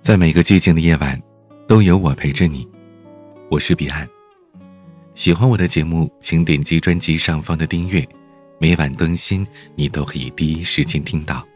在每个寂静的夜晚，都有我陪着你。我是彼岸。喜欢我的节目，请点击专辑上方的订阅，每晚更新，你都可以第一时间听到。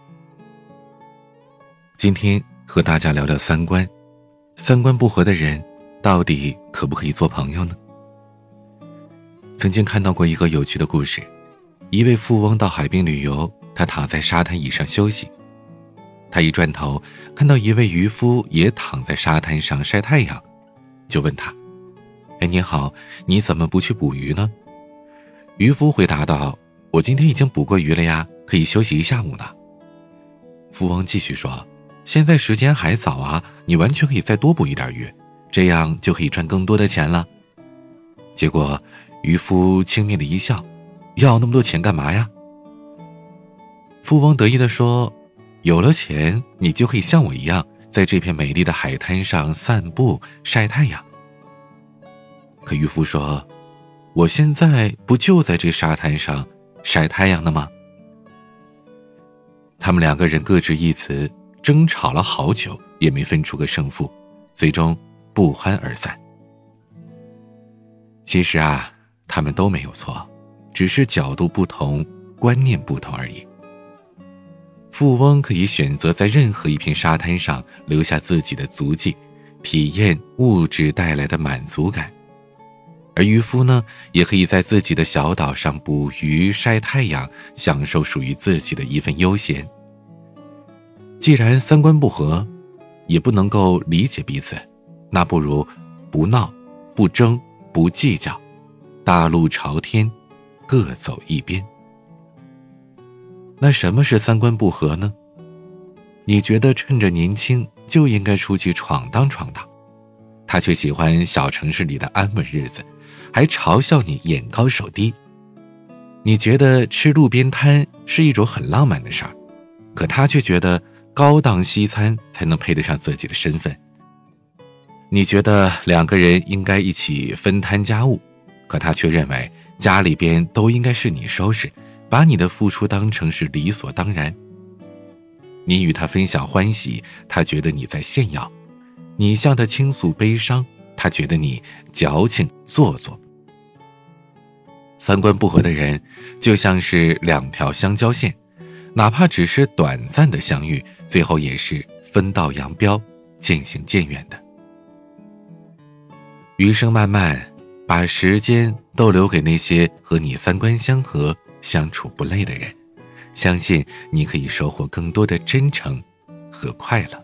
今天和大家聊聊三观，三观不合的人，到底可不可以做朋友呢？曾经看到过一个有趣的故事，一位富翁到海边旅游，他躺在沙滩椅上休息。他一转头，看到一位渔夫也躺在沙滩上晒太阳，就问他：你好，你怎么不去捕鱼呢？渔夫回答道：我今天已经捕过鱼了呀，可以休息一下午呢。富翁继续说：现在时间还早啊，你完全可以再多捕一点鱼，这样就可以赚更多的钱了。结果渔夫轻蔑地一笑：要那么多钱干嘛呀？富翁得意地说：有了钱，你就可以像我一样，在这片美丽的海滩上散步晒太阳。可渔夫说：我现在不就在这沙滩上晒太阳呢吗？他们两个人各执一词，争吵了好久，也没分出个胜负，最终不欢而散。其实啊，他们都没有错，只是角度不同，观念不同而已。富翁可以选择在任何一片沙滩上留下自己的足迹，体验物质带来的满足感，而渔夫呢，也可以在自己的小岛上捕鱼晒太阳，享受属于自己的一份悠闲。既然三观不合，也不能够理解彼此，那不如不闹不争不计较，大路朝天，各走一边。那什么是三观不合呢？你觉得趁着年轻就应该出去闯荡闯荡，他却喜欢小城市里的安稳日子，还嘲笑你眼高手低。你觉得吃路边摊是一种很浪漫的事儿，可他却觉得高档西餐才能配得上自己的身份。你觉得两个人应该一起分摊家务，可他却认为家里边都应该是你收拾，把你的付出当成是理所当然。你与他分享欢喜，他觉得你在炫耀；你向他倾诉悲伤，他觉得你矫情做作。三观不合的人就像是两条相交线，哪怕只是短暂的相遇，最后也是分道扬镳，渐行渐远的。余生漫漫，把时间都留给那些和你三观相合、相处不累的人，相信你可以收获更多的真诚和快乐。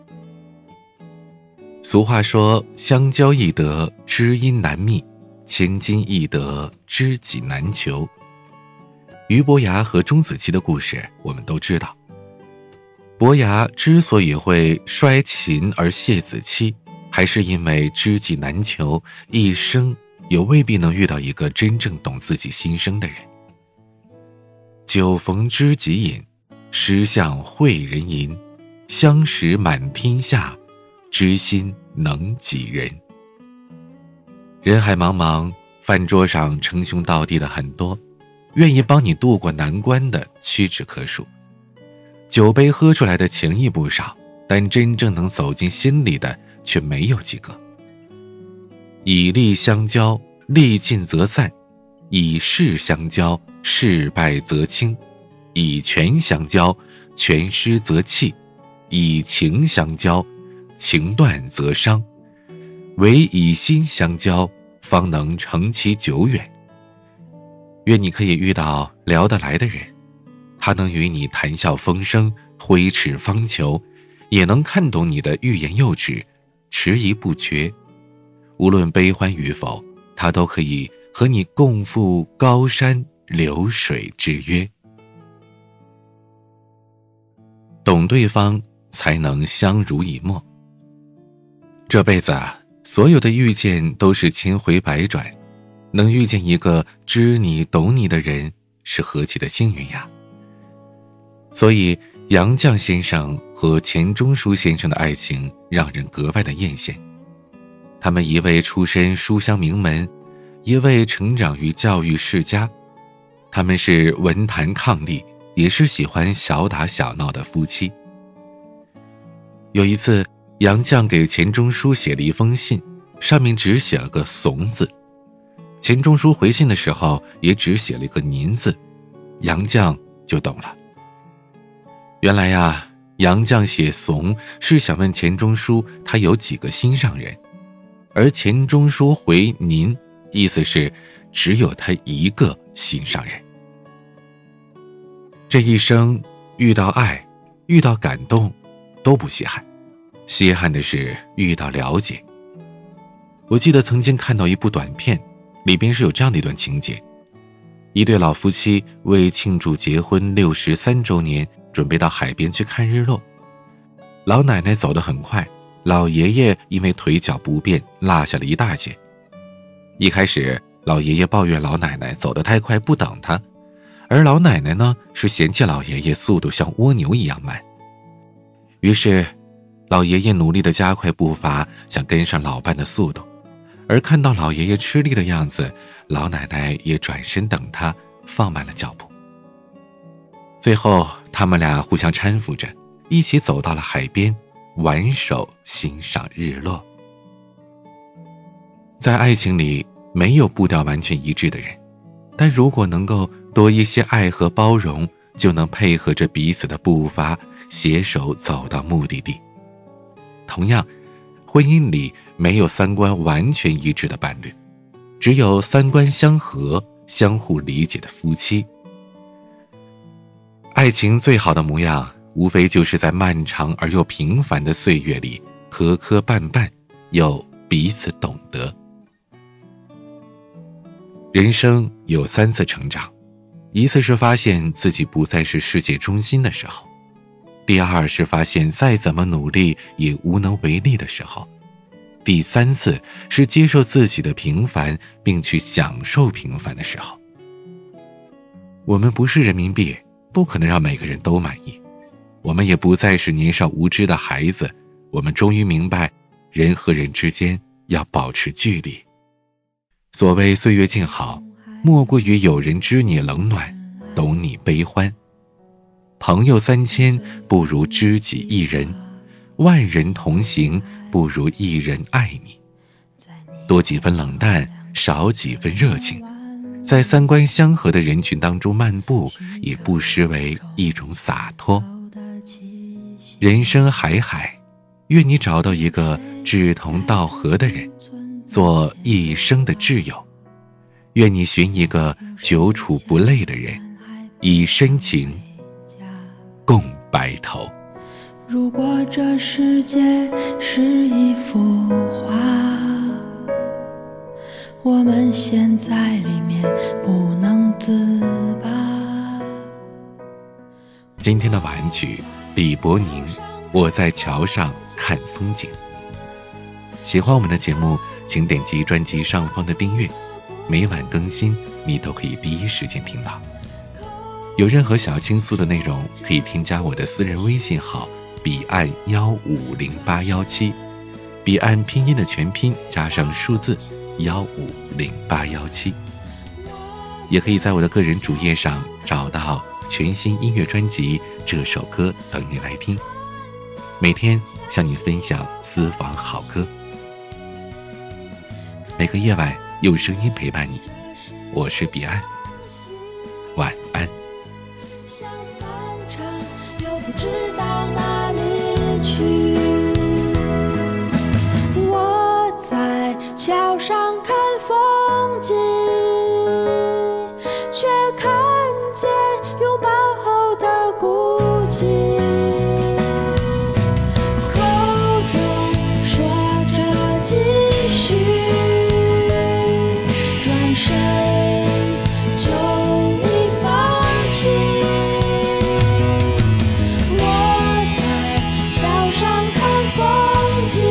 俗话说，相交易得，知音难觅，千金易得，知己难求。俞伯牙和钟子期的故事我们都知道，伯牙之所以会衰琴而谢子期，还是因为知己难求，一生也未必能遇到一个真正懂自己心声的人。酒逢知己饮，诗向会人吟，相识满天下，知心能几人。人海茫茫，饭桌上称兄道弟的很多，愿意帮你渡过难关的屈指可数，酒杯喝出来的情谊不少，但真正能走进心里的却没有几个。以利相交，利尽则散；以势相交，势败则轻；以权相交，权失则弃；以情相交，情断则伤。唯以心相交，方能成其久远。愿你可以遇到聊得来的人，他能与你谈笑风生，挥斥方遒，也能看懂你的欲言又止，迟疑不决。无论悲欢与否，他都可以和你共赴高山流水之约。懂对方，才能相濡以沫。这辈子啊，所有的遇见都是千回百转，能遇见一个知你懂你的人，是何其的幸运呀！所以杨绛先生和钱钟书先生的爱情让人格外的艳羡。他们一位出身书香名门，一位成长于教育世家，他们是文坛伉俪，也是喜欢小打小闹的夫妻。 有一次，杨绛给钱钟书写了一封信，上面只写了个怂字。钱钟书回信的时候也只写了一个您字，杨绛就懂了。原来呀，杨绛写怂是想问钱钟书他有几个心上人，而钱钟书回您，意思是只有他一个心上人。这一生遇到爱，遇到感动都不稀罕，稀罕的是遇到了解。我记得曾经看到一部短片，里边是有这样的一段情节：一对老夫妻为庆祝结婚63周年，准备到海边去看日落。老奶奶走得很快，老爷爷因为腿脚不便落下了一大截。一开始老爷爷抱怨老奶奶走得太快不等他，而老奶奶呢是嫌弃老爷爷速度像蜗牛一样慢。于是老爷爷努力地加快步伐，想跟上老伴的速度，而看到老爷爷吃力的样子，老奶奶也转身等他，放慢了脚步。最后他们俩互相搀扶着，一起走到了海边，挽手欣赏日落。在爱情里没有步调完全一致的人，但如果能够多一些爱和包容，就能配合着彼此的步伐，携手走到目的地。同样，婚姻里没有三观完全一致的伴侣，只有三观相合、相互理解的夫妻。爱情最好的模样，无非就是在漫长而又平凡的岁月里，磕磕绊绊，又彼此懂得。人生有3次成长，一次是发现自己不再是世界中心的时候，第二是发现再怎么努力也无能为力的时候，第3次是接受自己的平凡，并去享受平凡的时候。我们不是人民币，不可能让每个人都满意。我们也不再是年少无知的孩子，我们终于明白，人和人之间要保持距离。所谓岁月静好，莫过于有人知你冷暖，懂你悲欢。朋友3000，不如知己1人，万人同行，不如一人爱你。多几分冷淡，少几分热情，在三观相合的人群当中漫步，也不失为一种洒脱。人生海海，愿你找到一个志同道合的人，做一生的挚友。愿你寻一个久处不累的人，以深情共白头。 如果这世界是一幅画，我们陷在里面不能自拔。 今天的晚安曲，李伯宁，我在桥上看风景。喜欢我们的节目，请点击专辑上方的订阅，每晚更新，你都可以第一时间听到。有任何想要倾诉的内容，可以添加我的私人微信号彼岸1508117，彼岸拼音的全拼加上数字1508117。也可以在我的个人主页上找到全新音乐专辑《这首歌等你来听》，每天向你分享私房好歌，每个夜晚用声音陪伴你。我是彼岸，晚安。 像散场又不知道哪里去，我在桥上看风景，却看见拥抱后的孤寂，口中说着继续，转身就已放弃。我在桥上看风景，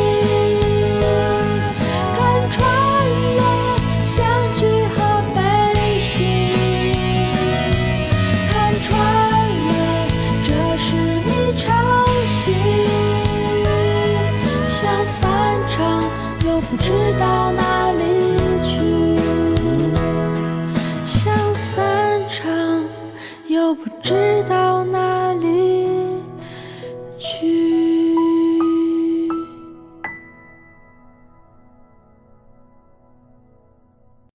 看穿了相聚和悲喜，看穿了这是一场戏，像散场又不知道